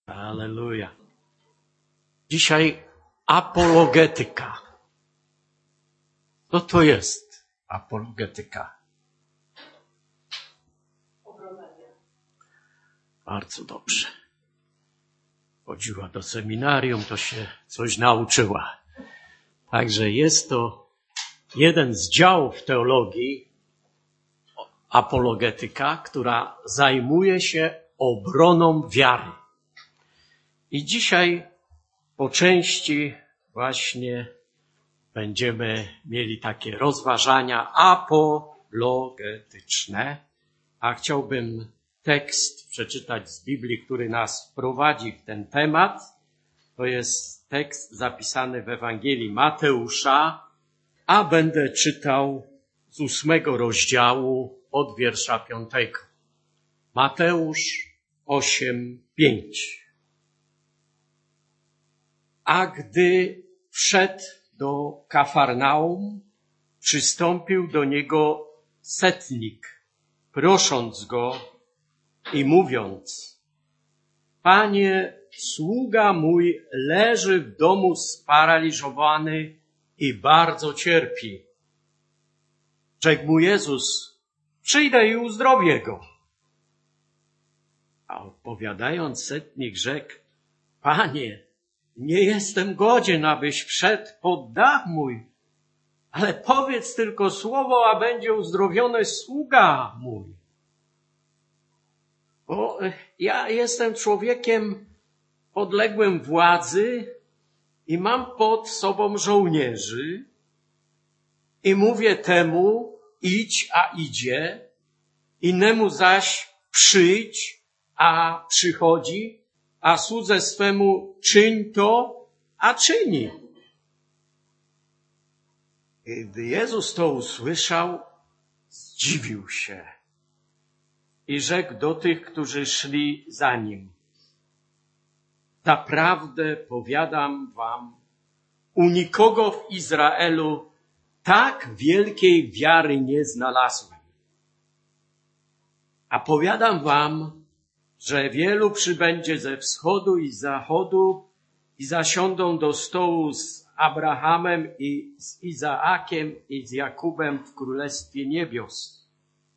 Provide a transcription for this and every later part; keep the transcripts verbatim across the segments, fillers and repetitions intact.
Alleluja. Dzisiaj apologetyka. Co to jest apologetyka? Bardzo dobrze. Chodziła do seminarium, to się coś nauczyła. Także jest to jeden z działów teologii, apologetyka, która zajmuje się obroną wiary. I dzisiaj po części właśnie będziemy mieli takie rozważania apologetyczne, a chciałbym tekst przeczytać z Biblii, który nas wprowadzi w ten temat. To jest tekst zapisany w Ewangelii Mateusza, a będę czytał z ósmego rozdziału od wiersza piątego. Mateusz osiem, pięć. A gdy wszedł do Kafarnaum, przystąpił do niego setnik, prosząc go i mówiąc: Panie, sługa mój leży w domu sparaliżowany i bardzo cierpi. Rzekł mu Jezus: przyjdę i uzdrowię go. A odpowiadając setnik rzekł: Panie, nie jestem godzien, abyś wszedł pod dach mój, ale powiedz tylko słowo, a będzie uzdrowiony sługa mój. Bo ja jestem człowiekiem podległym władzy i mam pod sobą żołnierzy i mówię temu: idź, a idzie, innemu zaś przyjdź, a przychodzi, a słudze swemu czyń to, a czyni. I gdy Jezus to usłyszał, zdziwił się i rzekł do tych, którzy szli za nim: Zaprawdę powiadam wam, u nikogo w Izraelu tak wielkiej wiary nie znalazłem. A powiadam wam, że wielu przybędzie ze wschodu i z zachodu i zasiądą do stołu z Abrahamem i z Izaakiem i z Jakubem w Królestwie Niebios.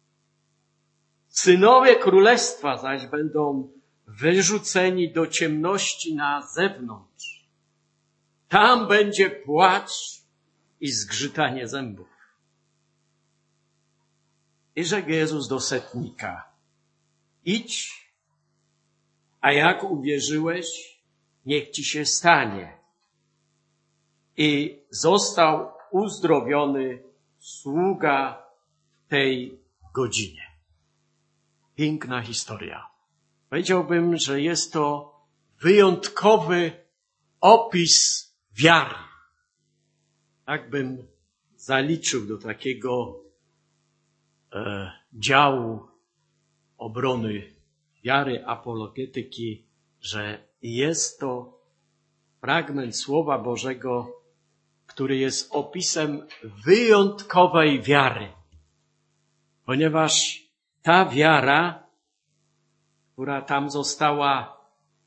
Synowie Królestwa zaś będą wyrzuceni do ciemności na zewnątrz. Tam będzie płacz i zgrzytanie zębów. I rzekł Jezus do setnika: idź, a jak uwierzyłeś, niech ci się stanie. I został uzdrowiony sługa w tej godzinie. Piękna historia. Powiedziałbym, że jest to wyjątkowy opis wiary. Tak bym zaliczył do takiego e, działu obrony wiary, apologetyki, że jest to fragment Słowa Bożego, który jest opisem wyjątkowej wiary. Ponieważ ta wiara, która tam została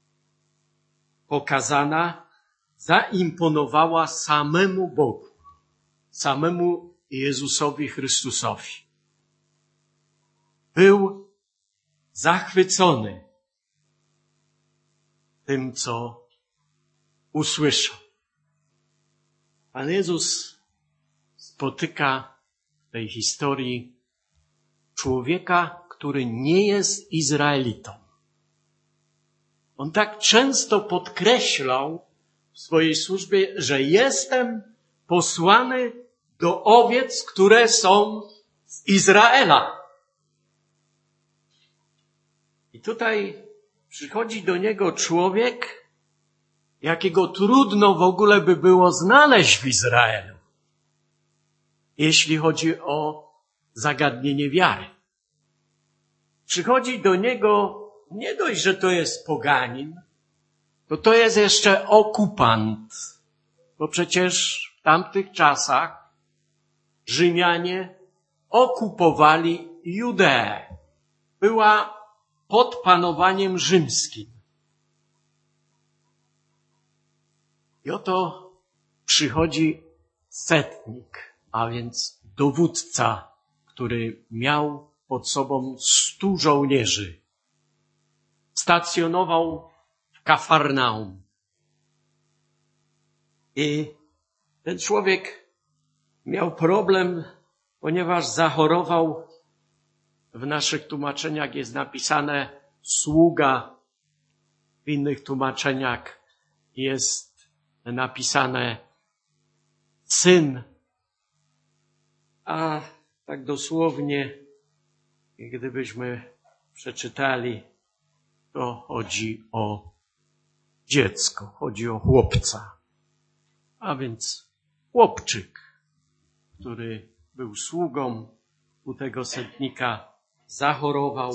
pokazana, zaimponowała samemu Bogu, samemu Jezusowi Chrystusowi. Był zachwycony tym, co usłyszał. Pan Jezus spotyka w tej historii człowieka, który nie jest Izraelitą. On tak często podkreślał w swojej służbie, że jestem posłany do owiec, które są z Izraela. I tutaj przychodzi do niego człowiek, jakiego trudno w ogóle by było znaleźć w Izraelu, jeśli chodzi o zagadnienie wiary. Przychodzi do niego nie dość, że to jest poganin, to to jest jeszcze okupant, bo przecież w tamtych czasach Rzymianie okupowali Judeę. Była pod panowaniem rzymskim. I oto przychodzi setnik, a więc dowódca, który miał pod sobą stu żołnierzy. Stacjonował w Kafarnaum. I ten człowiek miał problem, ponieważ zachorował. W naszych tłumaczeniach jest napisane sługa, w innych tłumaczeniach jest napisane syn, a tak dosłownie, gdybyśmy przeczytali, to chodzi o dziecko, chodzi o chłopca. A więc chłopczyk, który był sługą u tego setnika, zachorował.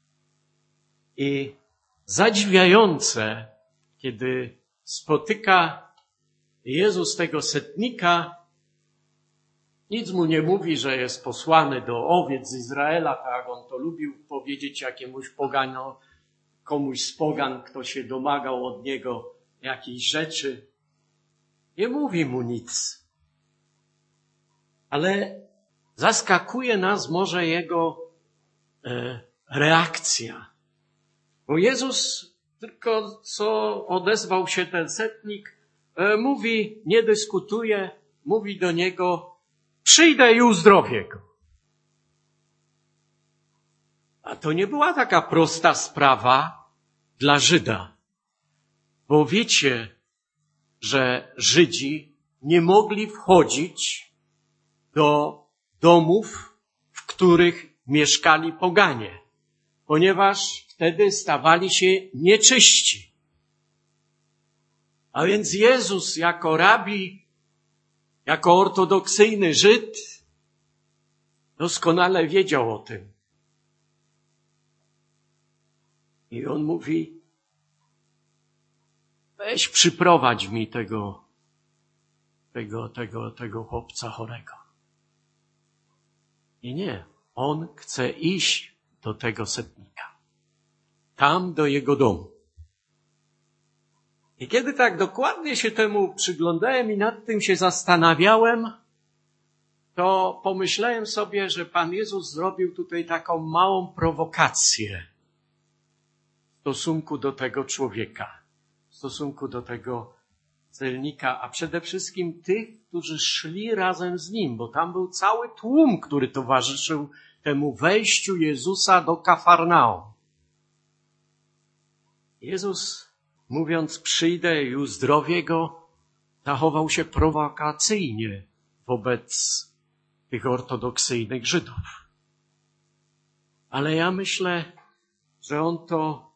I zadziwiające, kiedy spotyka Jezus tego setnika, nic mu nie mówi, że jest posłany do owiec z Izraela, tak jak on to lubił powiedzieć jakiemuś pogano, komuś z pogan, kto się domagał od niego jakiejś rzeczy. Nie mówi mu nic. Ale zaskakuje nas może jego e, reakcja. Bo Jezus tylko co odezwał się ten setnik, e, mówi, nie dyskutuje, mówi do niego, przyjdę i uzdrowię go. A to nie była taka prosta sprawa dla Żyda. Bo wiecie, że Żydzi nie mogli wchodzić do domów, w których mieszkali poganie, ponieważ wtedy stawali się nieczyści. A więc Jezus jako rabi, jako ortodoksyjny Żyd doskonale wiedział o tym. I on mówi, weź przyprowadź mi tego, tego, tego, tego chłopca chorego. I nie, on chce iść do tego setnika. Tam do jego domu. I kiedy tak dokładnie się temu przyglądałem i nad tym się zastanawiałem, to pomyślałem sobie, że Pan Jezus zrobił tutaj taką małą prowokację w stosunku do tego człowieka, w stosunku do tego celnika, a przede wszystkim tych, którzy szli razem z nim, bo tam był cały tłum, który towarzyszył temu wejściu Jezusa do Kafarnaum. Jezus, mówiąc przyjdę i uzdrowię go, zachował się prowokacyjnie wobec tych ortodoksyjnych Żydów. Ale ja myślę, że on to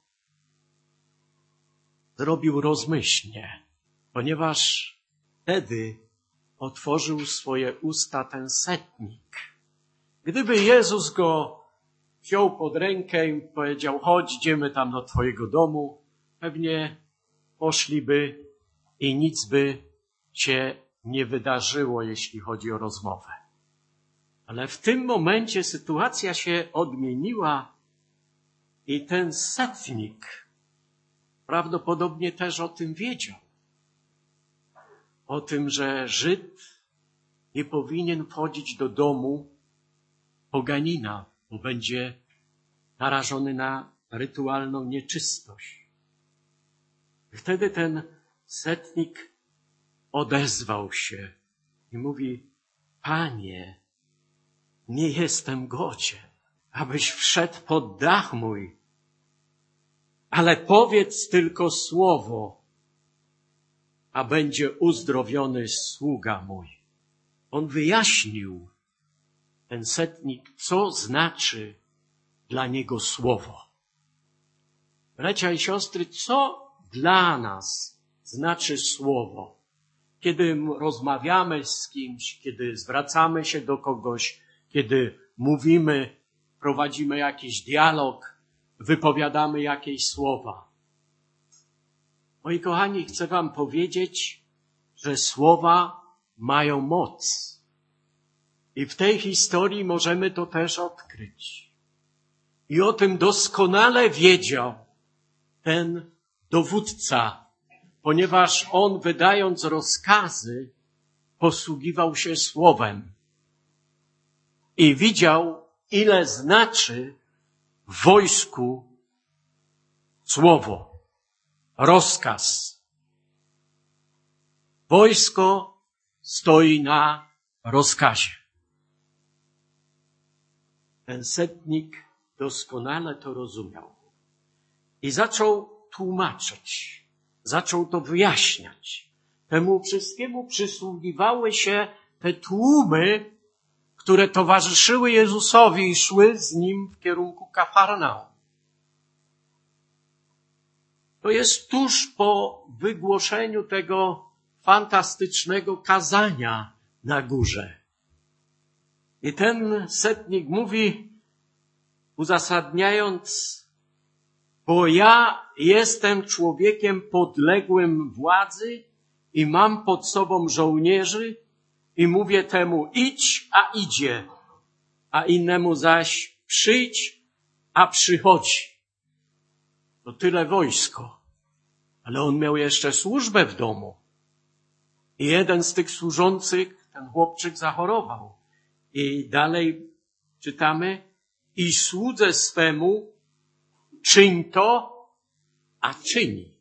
zrobił rozmyślnie, ponieważ wtedy otworzył swoje usta ten setnik. Gdyby Jezus go wziął pod rękę i powiedział, chodź, idziemy tam do twojego domu, pewnie poszliby i nic by się nie wydarzyło, jeśli chodzi o rozmowę. Ale w tym momencie sytuacja się odmieniła i ten setnik prawdopodobnie też o tym wiedział. O tym, że Żyd nie powinien wchodzić do domu poganina, bo będzie narażony na rytualną nieczystość. Wtedy ten setnik odezwał się i mówi, Panie, nie jestem godzien, abyś wszedł pod dach mój, ale powiedz tylko słowo, a będzie uzdrowiony sługa mój. On wyjaśnił, ten setnik, co znaczy dla niego słowo. Bracia i siostry, co dla nas znaczy słowo? Kiedy rozmawiamy z kimś, kiedy zwracamy się do kogoś, kiedy mówimy, prowadzimy jakiś dialog, wypowiadamy jakieś słowa. Moi kochani, chcę wam powiedzieć, że słowa mają moc. I w tej historii możemy to też odkryć. I o tym doskonale wiedział ten dowódca, ponieważ on, wydając rozkazy, posługiwał się słowem i widział, ile znaczy w wojsku słowo, rozkaz. Wojsko stoi na rozkazie. Ten setnik doskonale to rozumiał i zaczął tłumaczyć, zaczął to wyjaśniać. Temu wszystkiemu przysługiwały się te tłumy, które towarzyszyły Jezusowi i szły z Nim w kierunku Kafarnaum. To jest tuż po wygłoszeniu tego fantastycznego kazania na górze. I ten setnik mówi, uzasadniając, bo ja jestem człowiekiem podległym władzy i mam pod sobą żołnierzy i mówię temu idź, a idzie, a innemu zaś przyjdź, a przychodzi. To tyle wojsko. Ale on miał jeszcze służbę w domu. I jeden z tych służących, ten chłopczyk, zachorował. I dalej czytamy, i słudze swemu czyń to, a czyni.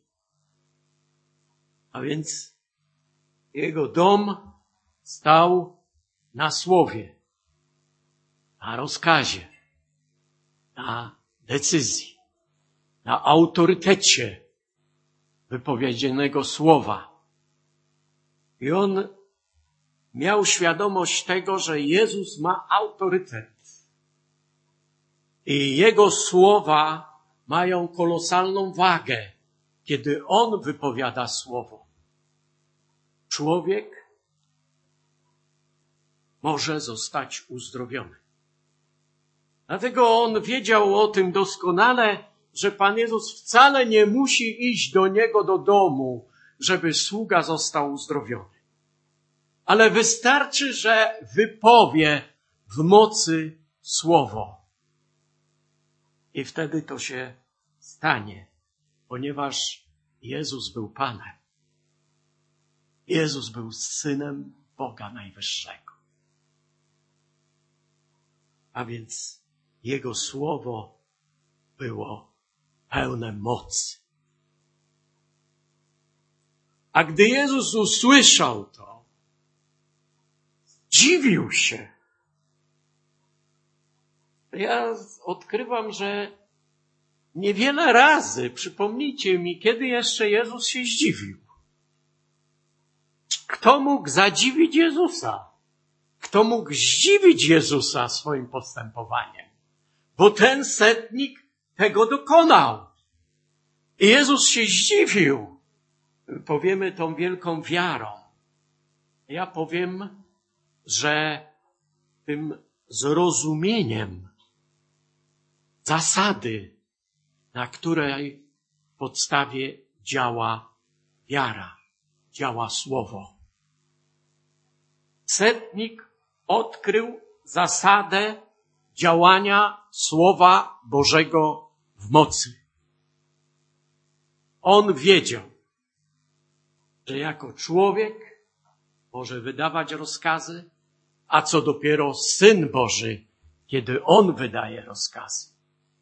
A więc jego dom stał na słowie, na rozkazie, na decyzji, na autorytecie wypowiedzianego słowa. I on miał świadomość tego, że Jezus ma autorytet. I Jego słowa mają kolosalną wagę, kiedy On wypowiada słowo. Człowiek może zostać uzdrowiony. Dlatego on wiedział o tym doskonale, że Pan Jezus wcale nie musi iść do niego do domu, żeby sługa został uzdrowiony. Ale wystarczy, że wypowie w mocy słowo. I wtedy to się stanie, ponieważ Jezus był Panem. Jezus był Synem Boga Najwyższego. A więc Jego słowo było pełne mocy. A gdy Jezus usłyszał to, dziwił się. Ja odkrywam, że niewiele razy, przypomnijcie mi, kiedy jeszcze Jezus się zdziwił. Kto mógł zadziwić Jezusa? Kto mógł zdziwić Jezusa swoim postępowaniem? Bo ten setnik tego dokonał. I Jezus się zdziwił. Powiemy tą wielką wiarą. Ja powiem, że tym zrozumieniem zasady, na której podstawie działa wiara, działa słowo. Setnik odkrył zasadę działania Słowa Bożego w mocy. On wiedział, że jako człowiek może wydawać rozkazy, a co dopiero Syn Boży, kiedy On wydaje rozkazy.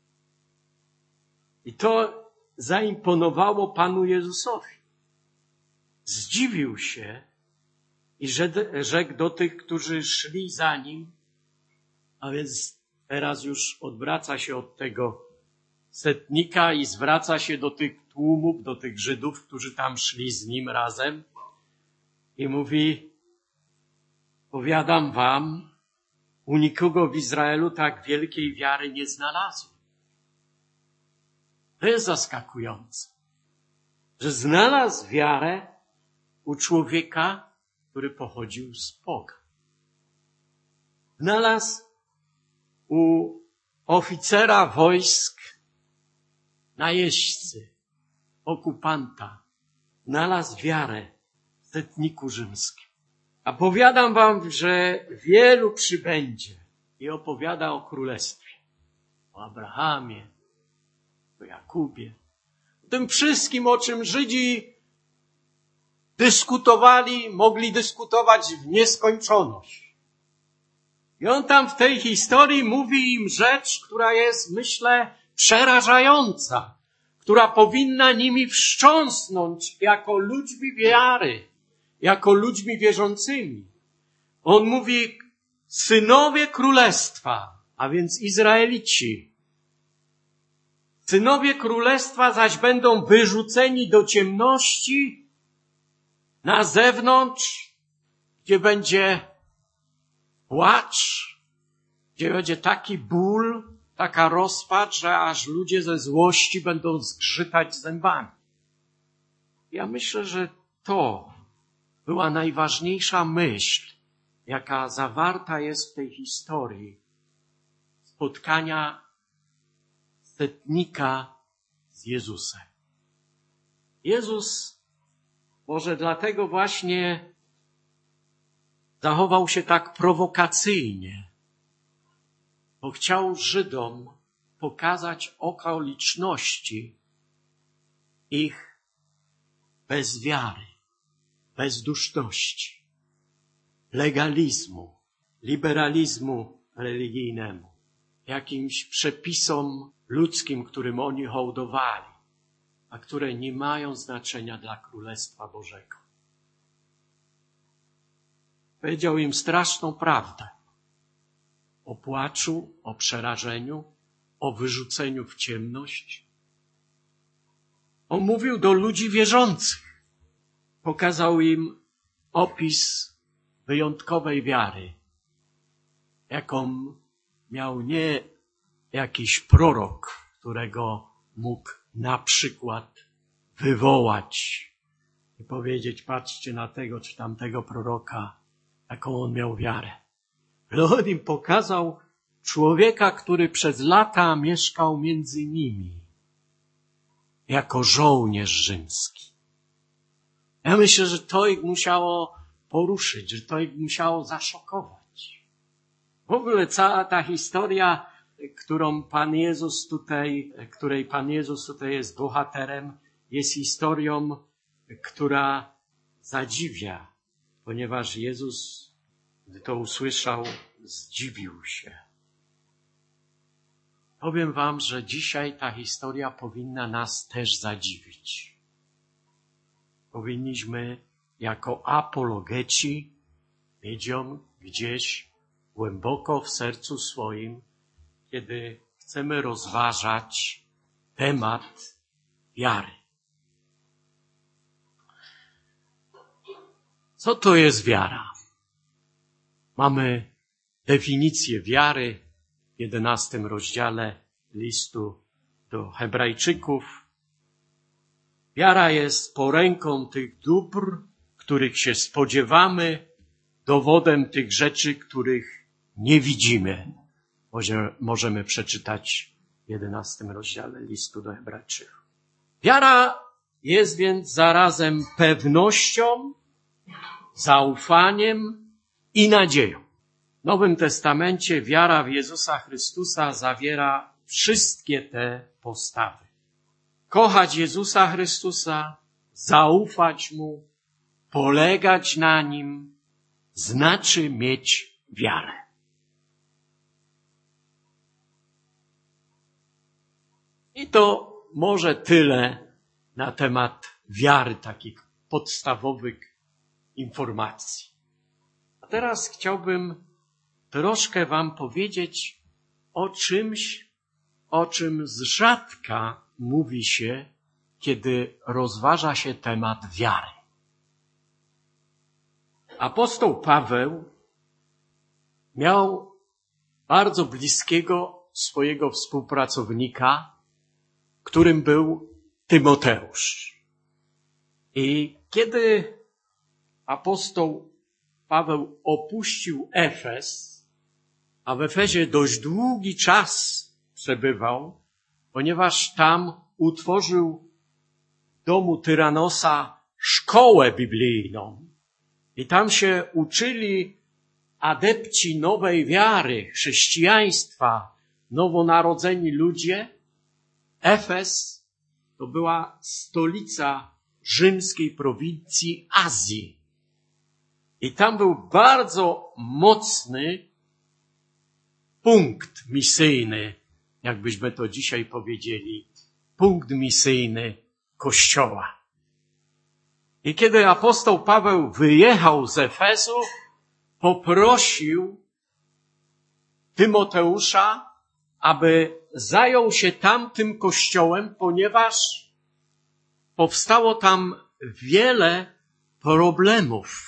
I to zaimponowało Panu Jezusowi. Zdziwił się i rzekł do tych, którzy szli za Nim, a więc teraz już odwraca się od tego setnika i zwraca się do tych tłumów, do tych Żydów, którzy tam szli z Nim razem i mówi, powiadam wam, u nikogo w Izraelu tak wielkiej wiary nie znalazłem. To jest zaskakujące, że znalazł wiarę u człowieka, który pochodził z Boga. Znalazł u oficera wojsk, najeźdźcy, okupanta, znalazł wiarę w setniku rzymskim. A powiadam wam, że wielu przybędzie i opowiada o królestwie, o Abrahamie, o Jakubie, o tym wszystkim, o czym Żydzi dyskutowali, mogli dyskutować w nieskończoność. I on tam w tej historii mówi im rzecz, która jest, myślę, przerażająca, która powinna nimi wstrząsnąć jako ludźmi wiary, jako ludźmi wierzącymi. On mówi, synowie królestwa, a więc Izraelici, synowie królestwa zaś będą wyrzuceni do ciemności na zewnątrz, gdzie będzie płacz, gdzie będzie taki ból, taka rozpacz, że aż ludzie ze złości będą zgrzytać zębami. Ja myślę, że to była najważniejsza myśl, jaka zawarta jest w tej historii spotkania setnika z Jezusem. Jezus może dlatego właśnie zachował się tak prowokacyjnie, bo chciał Żydom pokazać okoliczności ich bezwiary, bezduszności, legalizmu, liberalizmu religijnemu, jakimś przepisom ludzkim, którym oni hołdowali, a które nie mają znaczenia dla Królestwa Bożego. Powiedział im straszną prawdę o płaczu, o przerażeniu, o wyrzuceniu w ciemność. On mówił do ludzi wierzących. Pokazał im opis wyjątkowej wiary, jaką miał nie jakiś prorok, którego mógł na przykład wywołać i powiedzieć, patrzcie na tego czy tamtego proroka, jaką on miał wiarę. Ale on im pokazał człowieka, który przez lata mieszkał między nimi, jako żołnierz rzymski. Ja myślę, że to ich musiało poruszyć, że to ich musiało zaszokować. W ogóle cała ta historia, którą Pan Jezus tutaj, której Pan Jezus tutaj jest bohaterem, jest historią, która zadziwia, ponieważ Jezus, gdy to usłyszał, zdziwił się. Powiem wam, że dzisiaj ta historia powinna nas też zadziwić. Powinniśmy jako apologeci mieć ją gdzieś głęboko w sercu swoim, kiedy chcemy rozważać temat wiary. Co to jest wiara? Mamy definicję wiary w jedenastym rozdziale listu do Hebrajczyków. Wiara jest poręką tych dóbr, których się spodziewamy, dowodem tych rzeczy, których nie widzimy. Może, możemy przeczytać w jedenastym rozdziale listu do Hebrajczyków. Wiara jest więc zarazem pewnością, zaufaniem i nadzieją. W Nowym Testamencie wiara w Jezusa Chrystusa zawiera wszystkie te postawy. Kochać Jezusa Chrystusa, zaufać Mu, polegać na Nim, znaczy mieć wiarę. I to może tyle na temat wiary, takich podstawowych informacji. A teraz chciałbym troszkę wam powiedzieć o czymś, o czym z rzadka mówi się, kiedy rozważa się temat wiary. Apostoł Paweł miał bardzo bliskiego swojego współpracownika, którym był Tymoteusz. I kiedy apostoł Paweł opuścił Efes, a w Efezie dość długi czas przebywał, ponieważ tam utworzył w domu Tyranosa szkołę biblijną. I tam się uczyli adepci nowej wiary, chrześcijaństwa, nowonarodzeni ludzie. Efes to była stolica rzymskiej prowincji Azji. I tam był bardzo mocny punkt misyjny, jakbyśmy to dzisiaj powiedzieli, punkt misyjny Kościoła. I kiedy apostoł Paweł wyjechał z Efezu, poprosił Tymoteusza, aby zajął się tamtym kościołem, ponieważ powstało tam wiele problemów.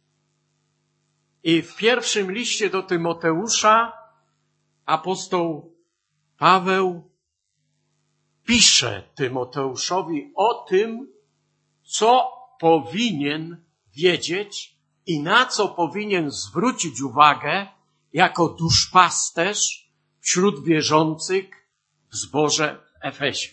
I w pierwszym liście do Tymoteusza apostoł Paweł pisze Tymoteuszowi o tym, co powinien wiedzieć i na co powinien zwrócić uwagę jako duszpasterz wśród wierzących w zborze w Efezie.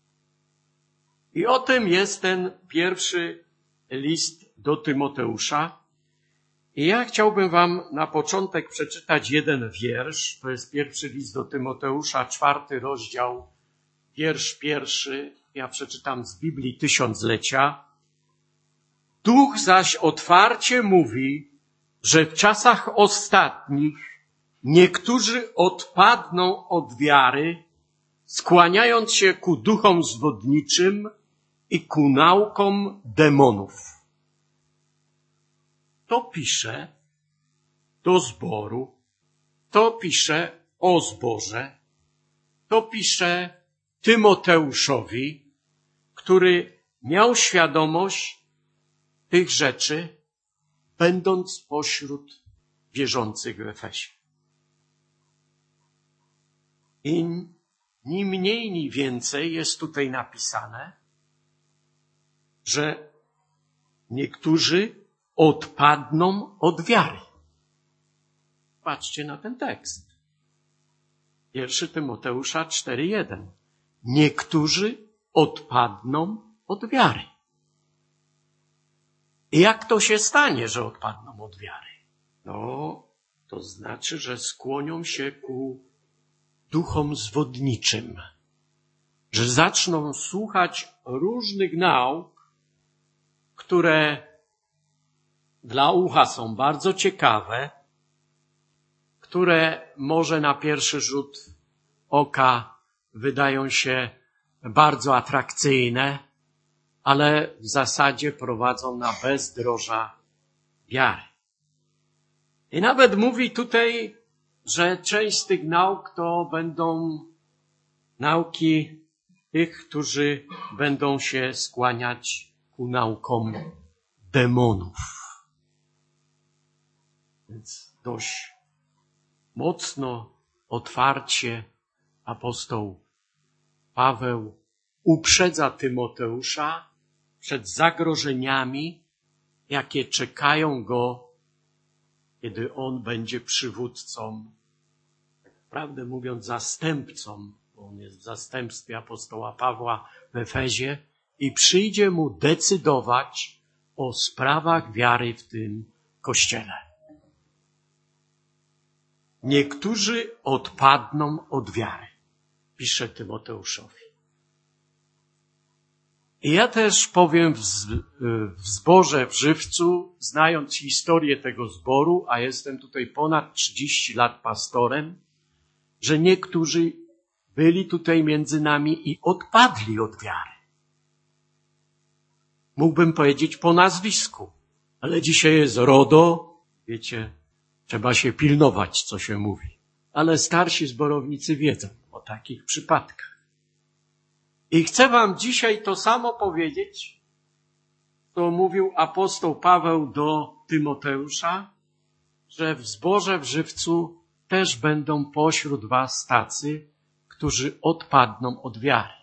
I o tym jest ten pierwszy list do Tymoteusza. I ja chciałbym wam na początek przeczytać jeden wiersz. To jest pierwszy list do Tymoteusza, czwarty rozdział, wiersz pierwszy. Ja przeczytam z Biblii Tysiąclecia. Duch zaś otwarcie mówi, że w czasach ostatnich niektórzy odpadną od wiary, skłaniając się ku duchom zwodniczym i ku naukom demonów. To pisze do zboru, to pisze o zborze, to pisze Tymoteuszowi, który miał świadomość tych rzeczy, będąc pośród wierzących w Efezie. I ni mniej, ni więcej jest tutaj napisane, że niektórzy odpadną od wiary. Patrzcie na ten tekst. Pierwszy Tymoteusza cztery jeden. Niektórzy odpadną od wiary. I jak to się stanie, że odpadną od wiary? No, to znaczy, że skłonią się ku duchom zwodniczym, że zaczną słuchać różnych nauk, które dla ucha są bardzo ciekawe, które może na pierwszy rzut oka wydają się bardzo atrakcyjne, ale w zasadzie prowadzą na bezdroża wiary. I nawet mówi tutaj, że część z tych nauk to będą nauki tych, którzy będą się skłaniać ku naukom demonów. Więc dość mocno, otwarcie apostoł Paweł uprzedza Tymoteusza przed zagrożeniami, jakie czekają go, kiedy on będzie przywódcą, tak prawdę mówiąc zastępcą, bo on jest w zastępstwie apostoła Pawła w Efezie i przyjdzie mu decydować o sprawach wiary w tym Kościele. Niektórzy odpadną od wiary, pisze Tymoteuszowi. I ja też powiem w, w zborze w Żywcu, znając historię tego zboru, a jestem tutaj ponad trzydzieści lat pastorem, że niektórzy byli tutaj między nami i odpadli od wiary. Mógłbym powiedzieć po nazwisku, ale dzisiaj jest RODO, wiecie, trzeba się pilnować, co się mówi. Ale starsi zborownicy wiedzą o takich przypadkach. I chcę wam dzisiaj to samo powiedzieć, co mówił apostoł Paweł do Tymoteusza, że w zborze w Żywcu też będą pośród was tacy, którzy odpadną od wiary.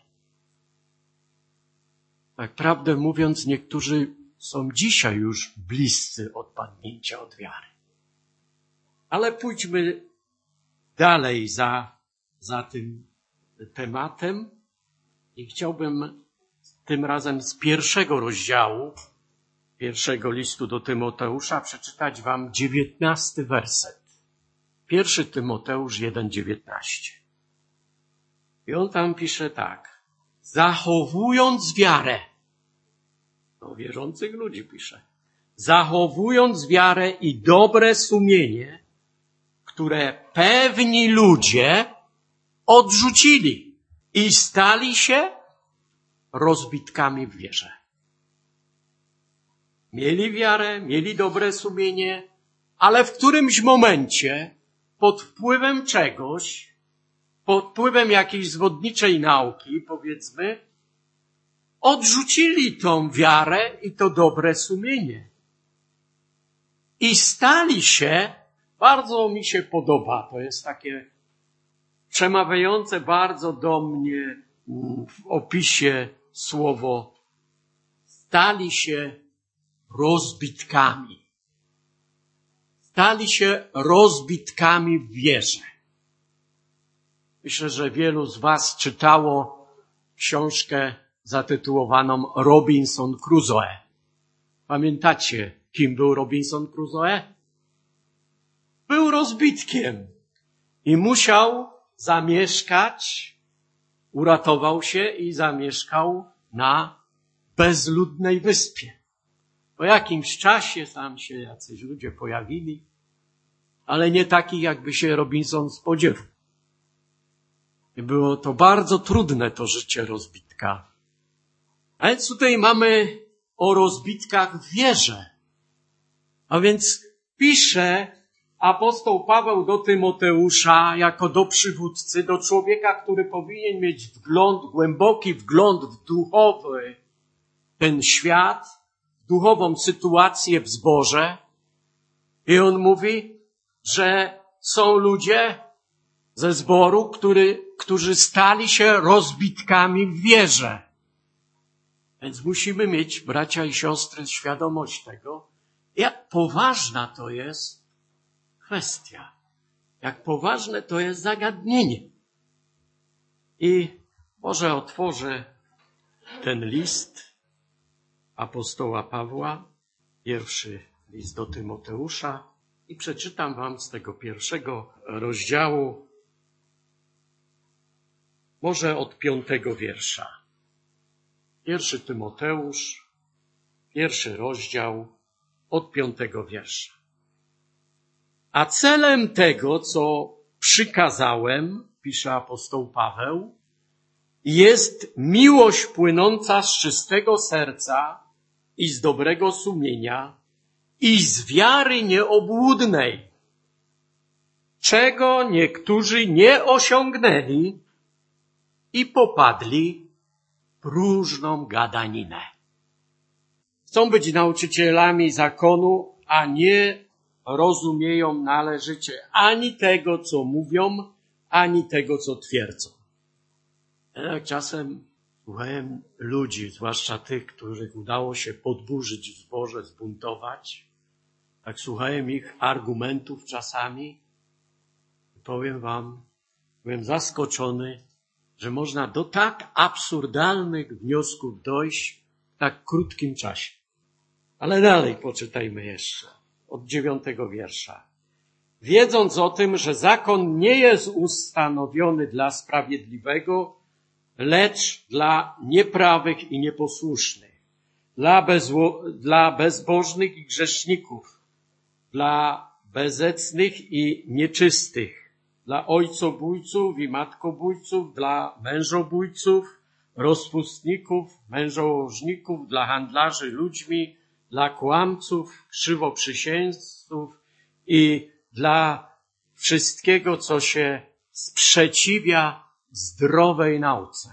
Tak prawdę mówiąc, niektórzy są dzisiaj już bliscy odpadnięcia od wiary. Ale pójdźmy dalej za, za tym tematem i chciałbym tym razem z pierwszego rozdziału, pierwszego listu do Tymoteusza przeczytać wam dziewiętnasty werset. Pierwszy Tymoteusz jeden dziewiętnaście. I on tam pisze tak. Zachowując wiarę, Do wierzących ludzi pisze. Zachowując wiarę i dobre sumienie, które pewni ludzie odrzucili i stali się rozbitkami w wierze. Mieli wiarę, mieli dobre sumienie, ale w którymś momencie pod wpływem czegoś, pod wpływem jakiejś zwodniczej nauki, powiedzmy, odrzucili tą wiarę i to dobre sumienie. I stali się, bardzo mi się podoba, to jest takie przemawiające bardzo do mnie w opisie słowo, stali się rozbitkami. Stali się rozbitkami w wierze. Myślę, że wielu z was czytało książkę zatytułowaną Robinson Crusoe. Pamiętacie, kim był Robinson Crusoe? Był rozbitkiem i musiał zamieszkać, uratował się i zamieszkał na bezludnej wyspie. Po jakimś czasie tam się jacyś ludzie pojawili, ale nie takich, jakby się Robinson spodziewał. I było to bardzo trudne, to życie rozbitka. A więc tutaj mamy o rozbitkach w wierze. A więc pisze apostoł Paweł do Tymoteusza jako do przywódcy, do człowieka, który powinien mieć wgląd, głęboki wgląd w duchowy ten świat, w duchową sytuację w zborze. I on mówi, że są ludzie ze zboru, który, którzy stali się rozbitkami w wierze. Więc musimy mieć, bracia i siostry, świadomość tego, jak poważna to jest kwestia. Jak poważne to jest zagadnienie. I może otworzę ten list apostoła Pawła, pierwszy list do Tymoteusza i przeczytam wam z tego pierwszego rozdziału, może od piątego wiersza. Pierwszy Tymoteusz, pierwszy rozdział, od piątego wiersza. A celem tego, co przykazałem, pisze apostoł Paweł, jest miłość płynąca z czystego serca i z dobrego sumienia i z wiary nieobłudnej, czego niektórzy nie osiągnęli i popadli w próżną gadaninę. Chcą być nauczycielami zakonu, a nie rozumieją należycie ani tego, co mówią, ani tego, co twierdzą. Ja czasem słuchałem ludzi, zwłaszcza tych, których udało się podburzyć w zborze, zbuntować. Tak słuchałem ich argumentów czasami. I powiem wam, byłem zaskoczony, że można do tak absurdalnych wniosków dojść w tak krótkim czasie. Ale dalej poczytajmy jeszcze, od dziewiątego wiersza. Wiedząc o tym, że zakon nie jest ustanowiony dla sprawiedliwego, lecz dla nieprawych i nieposłusznych, dla, bezło, dla bezbożnych i grzeszników, dla bezecnych i nieczystych, dla ojcobójców i matkobójców, dla mężobójców, rozpustników, mężołożników, dla handlarzy ludźmi, dla kłamców, krzywoprzysięgców i dla wszystkiego, co się sprzeciwia zdrowej nauce,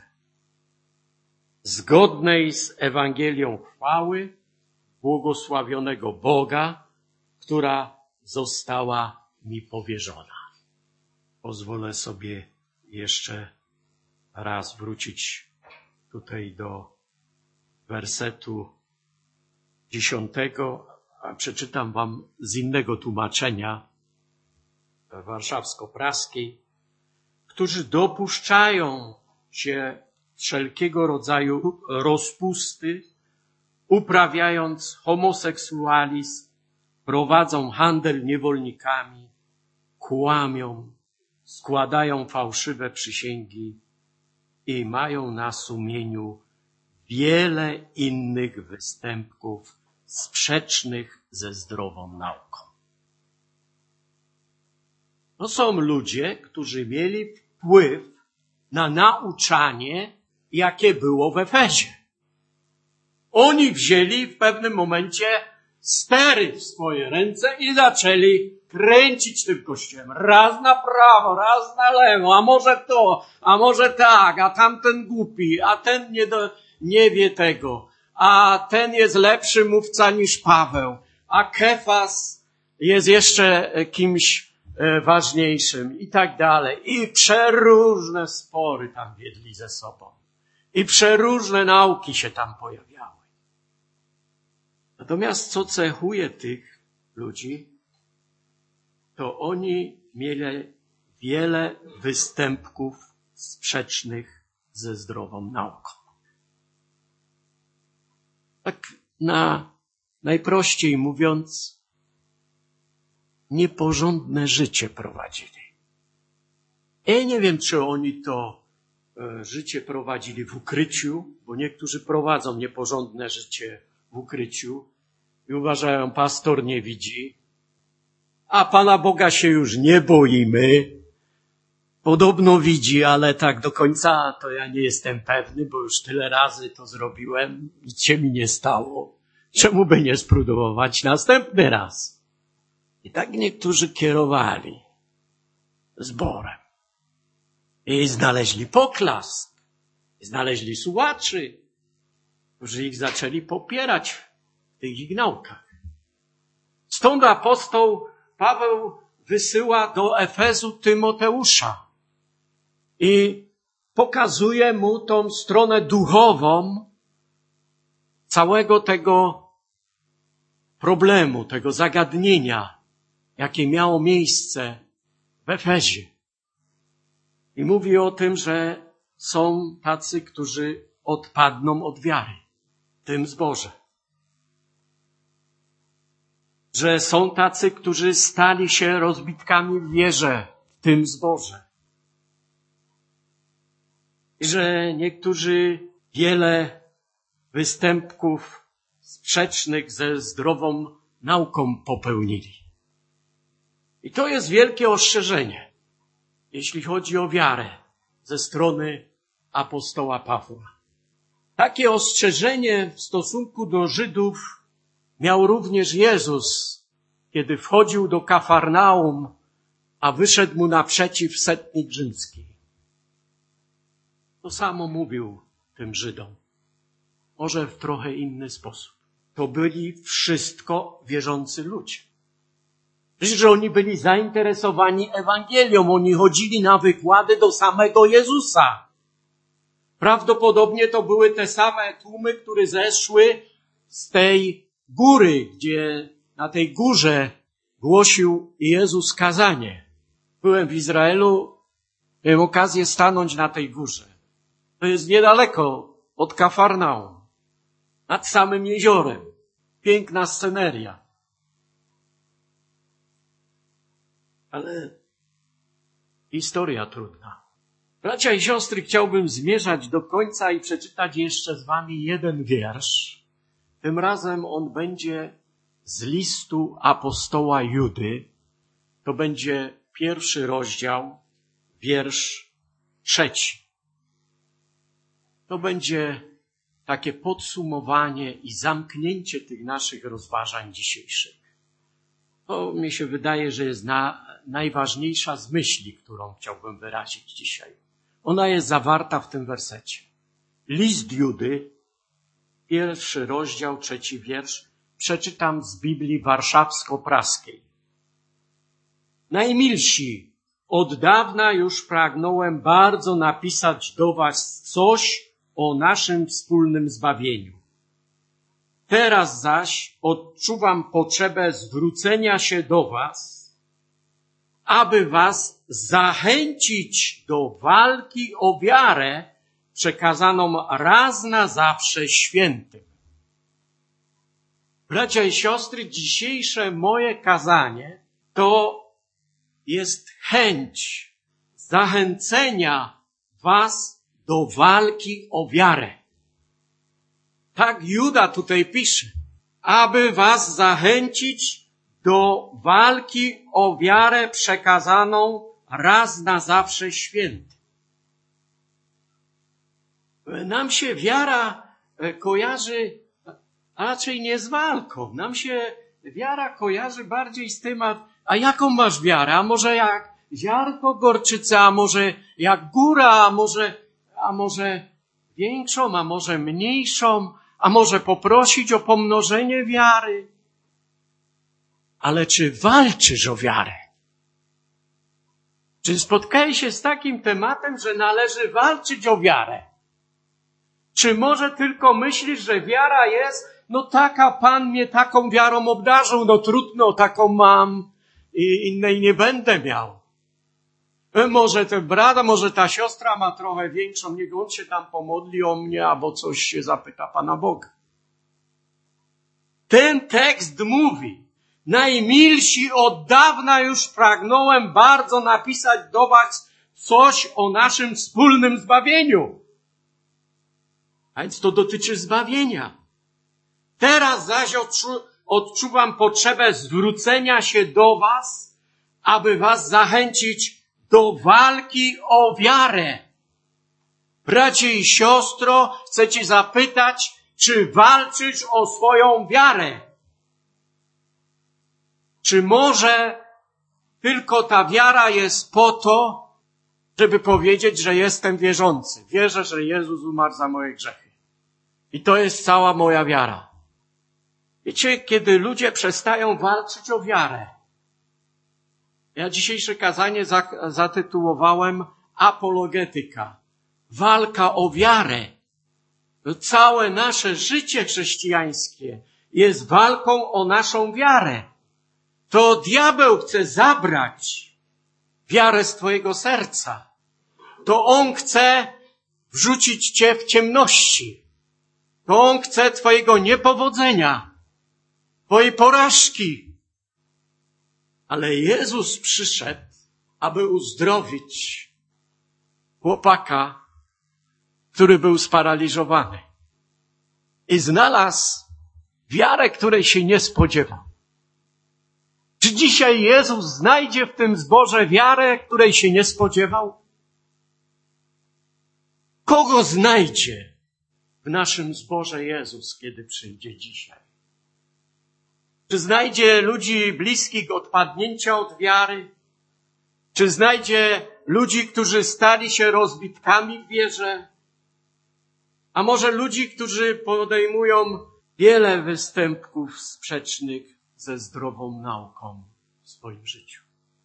zgodnej z Ewangelią chwały błogosławionego Boga, która została mi powierzona. Pozwolę sobie jeszcze raz wrócić tutaj do wersetu dziesiątego, a przeczytam wam z innego tłumaczenia warszawsko-praskiej, którzy dopuszczają się wszelkiego rodzaju rozpusty, uprawiając homoseksualizm, prowadzą handel niewolnikami, kłamią, składają fałszywe przysięgi i mają na sumieniu wiele innych występków sprzecznych ze zdrową nauką. To są ludzie, którzy mieli wpływ na nauczanie, jakie było w Efezie. Oni wzięli w pewnym momencie stery w swoje ręce i zaczęli kręcić tym kościołem. Raz na prawo, raz na lewo, a może to, a może tak, a tamten głupi, a ten nie, do, nie wie tego, a ten jest lepszy mówca niż Paweł, a Kefas jest jeszcze kimś ważniejszym i tak dalej. I przeróżne spory tam wiedli ze sobą. I przeróżne nauki się tam pojawiały. Natomiast co cechuje tych ludzi, to oni mieli wiele występków sprzecznych ze zdrową nauką. Tak na najprościej mówiąc, nieporządne życie prowadzili. Ja nie wiem, czy oni to e, życie prowadzili w ukryciu, bo niektórzy prowadzą nieporządne życie w ukryciu i uważają, pastor nie widzi, a Pana Boga się już nie boimy. Podobno widzi, ale tak do końca to ja nie jestem pewny, bo już tyle razy to zrobiłem, nic się mi nie stało. Czemu by nie spróbować następny raz? I tak niektórzy kierowali zborem. I znaleźli poklask, i znaleźli słuchaczy, którzy ich zaczęli popierać w tych ich naukach. Stąd apostoł Paweł wysyła do Efezu Tymoteusza i pokazuje mu tą stronę duchową całego tego problemu, tego zagadnienia, jakie miało miejsce w Efezie. I mówi o tym, że są tacy, którzy odpadną od wiary w tym zborze. Że są tacy, którzy stali się rozbitkami w wierze w tym zborze. I że niektórzy wiele występków sprzecznych ze zdrową nauką popełnili. I to jest wielkie ostrzeżenie, jeśli chodzi o wiarę ze strony apostoła Pawła. Takie ostrzeżenie w stosunku do Żydów miał również Jezus, kiedy wchodził do Kafarnaum, a wyszedł mu naprzeciw setnik rzymski. To samo mówił tym Żydom, może w trochę inny sposób. To byli wszystko wierzący ludzie. Przecież oni byli zainteresowani Ewangelią, oni chodzili na wykłady do samego Jezusa. Prawdopodobnie to były te same tłumy, które zeszły z tej góry, gdzie na tej górze głosił Jezus kazanie. Byłem w Izraelu, miałem okazję stanąć na tej górze. To jest niedaleko od Kafarnaum, nad samym jeziorem. Piękna sceneria. Ale historia trudna. Bracia i siostry, chciałbym zmierzać do końca i przeczytać jeszcze z wami jeden wiersz. Tym razem on będzie z listu apostoła Judy. To będzie pierwszy rozdział, wiersz trzeci. To będzie takie podsumowanie i zamknięcie tych naszych rozważań dzisiejszych. To mi się wydaje, że jest na, najważniejsza z myśli, którą chciałbym wyrazić dzisiaj. Ona jest zawarta w tym wersecie. List Judy, pierwszy rozdział, trzeci wiersz, przeczytam z Biblii Warszawsko-Praskiej. Najmilsi, od dawna już pragnąłem bardzo napisać do was coś o naszym wspólnym zbawieniu. Teraz zaś odczuwam potrzebę zwrócenia się do was, aby was zachęcić do walki o wiarę przekazaną raz na zawsze świętym. Bracia i siostry, dzisiejsze moje kazanie to jest chęć zachęcenia was do walki o wiarę. Tak Juda tutaj pisze, aby was zachęcić do walki o wiarę przekazaną raz na zawsze świętym. Nam się wiara kojarzy raczej nie z walką. Nam się wiara kojarzy bardziej z tym, a, a jaką masz wiarę? A może jak ziarnko gorczycy, a może jak góra, a może, a może większą, a może mniejszą, a może poprosić o pomnożenie wiary. Ale czy walczysz o wiarę? Czy spotkałeś się z takim tematem, że należy walczyć o wiarę? Czy może tylko myślisz, że wiara jest, no taka, Pan mnie taką wiarą obdarzył, no trudno, taką mam i innej nie będę miał. Może ten brat, a może ta siostra ma trochę większą, niech on się tam pomodli o mnie, albo coś się zapyta Pana Boga. Ten tekst mówi, najmilsi, od dawna już pragnąłem bardzo napisać do was coś o naszym wspólnym zbawieniu. A więc to dotyczy zbawienia. Teraz zaś odczu- odczuwam potrzebę zwrócenia się do was, aby was zachęcić do walki o wiarę. Bracie i siostro, chcę cię zapytać, czy walczysz o swoją wiarę? Czy może tylko ta wiara jest po to, żeby powiedzieć, że jestem wierzący. Wierzę, że Jezus umarł za moje grzechy. I to jest cała moja wiara. Wiecie, kiedy ludzie przestają walczyć o wiarę. Ja dzisiejsze kazanie zatytułowałem Apologetyka. Walka o wiarę. Całe nasze życie chrześcijańskie jest walką o naszą wiarę. To diabeł chce zabrać wiarę z twojego serca. To on chce wrzucić cię w ciemności. To on chce twojego niepowodzenia, twojej porażki. Ale Jezus przyszedł, aby uzdrowić chłopaka, który był sparaliżowany. I znalazł wiarę, której się nie spodziewał. Czy dzisiaj Jezus znajdzie w tym zborze wiarę, której się nie spodziewał? Kogo znajdzie w naszym zborze Jezus, kiedy przyjdzie dzisiaj? Czy znajdzie ludzi bliskich odpadnięcia od wiary? Czy znajdzie ludzi, którzy stali się rozbitkami w wierze? A może ludzi, którzy podejmują wiele występków sprzecznych ze zdrową nauką w swoim życiu?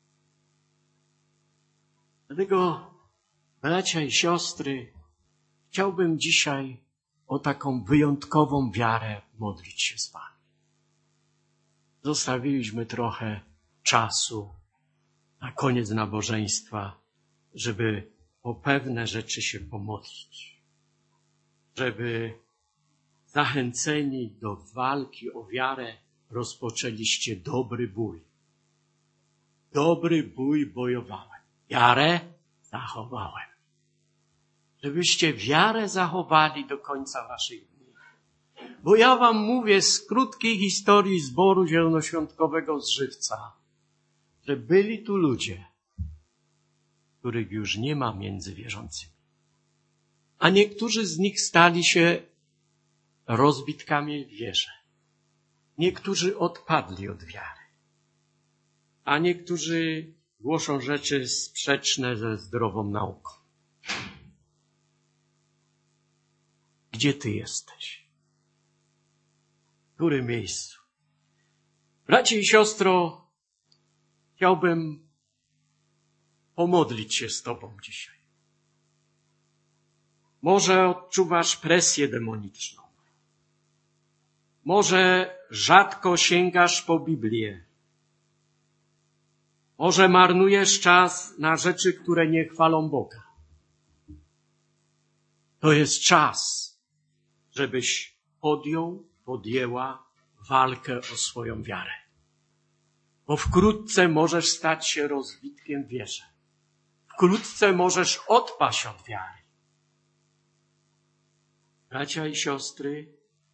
Dlatego, bracia i siostry, chciałbym dzisiaj o taką wyjątkową wiarę modlić się z wami. Zostawiliśmy trochę czasu na koniec nabożeństwa, żeby o pewne rzeczy się pomodlić. Żeby zachęceni do walki o wiarę rozpoczęliście dobry bój. Dobry bój bojowałem. Wiarę zachowałem. Żebyście wiarę zachowali do końca waszych dni. Bo ja wam mówię z krótkiej historii zboru zielonoświątkowego z Żywca, że byli tu ludzie, których już nie ma między wierzącymi. A niektórzy z nich stali się rozbitkami w wierze. Niektórzy odpadli od wiary. A niektórzy głoszą rzeczy sprzeczne ze zdrową nauką. Gdzie ty jesteś? W którym miejscu? Bracie i siostro, chciałbym pomodlić się z tobą dzisiaj. Może odczuwasz presję demoniczną. Może rzadko sięgasz po Biblię. Może marnujesz czas na rzeczy, które nie chwalą Boga. To jest czas, żebyś podjął, podjęła walkę o swoją wiarę. Bo wkrótce możesz stać się rozbitkiem w wierze. Wkrótce możesz odpaść od wiary. Bracia i siostry,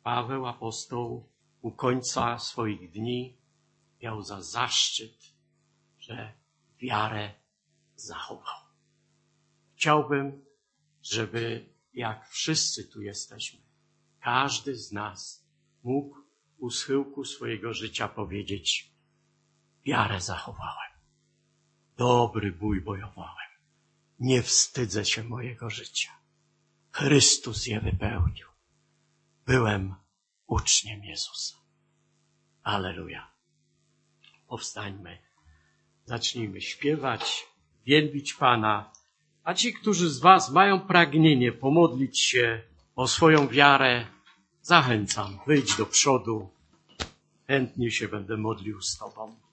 Paweł apostoł u końca swoich dni miał za zaszczyt, że wiarę zachował. Chciałbym, żeby jak wszyscy tu jesteśmy, każdy z nas mógł u schyłku swojego życia powiedzieć: wiarę zachowałem, dobry bój bojowałem, nie wstydzę się mojego życia. Chrystus je wypełnił. Byłem uczniem Jezusa. Alleluja. Powstańmy, zacznijmy śpiewać, wielbić Pana, a ci, którzy z was mają pragnienie pomodlić się o swoją wiarę, zachęcam, wyjdź do przodu, chętnie się będę modlił z tobą.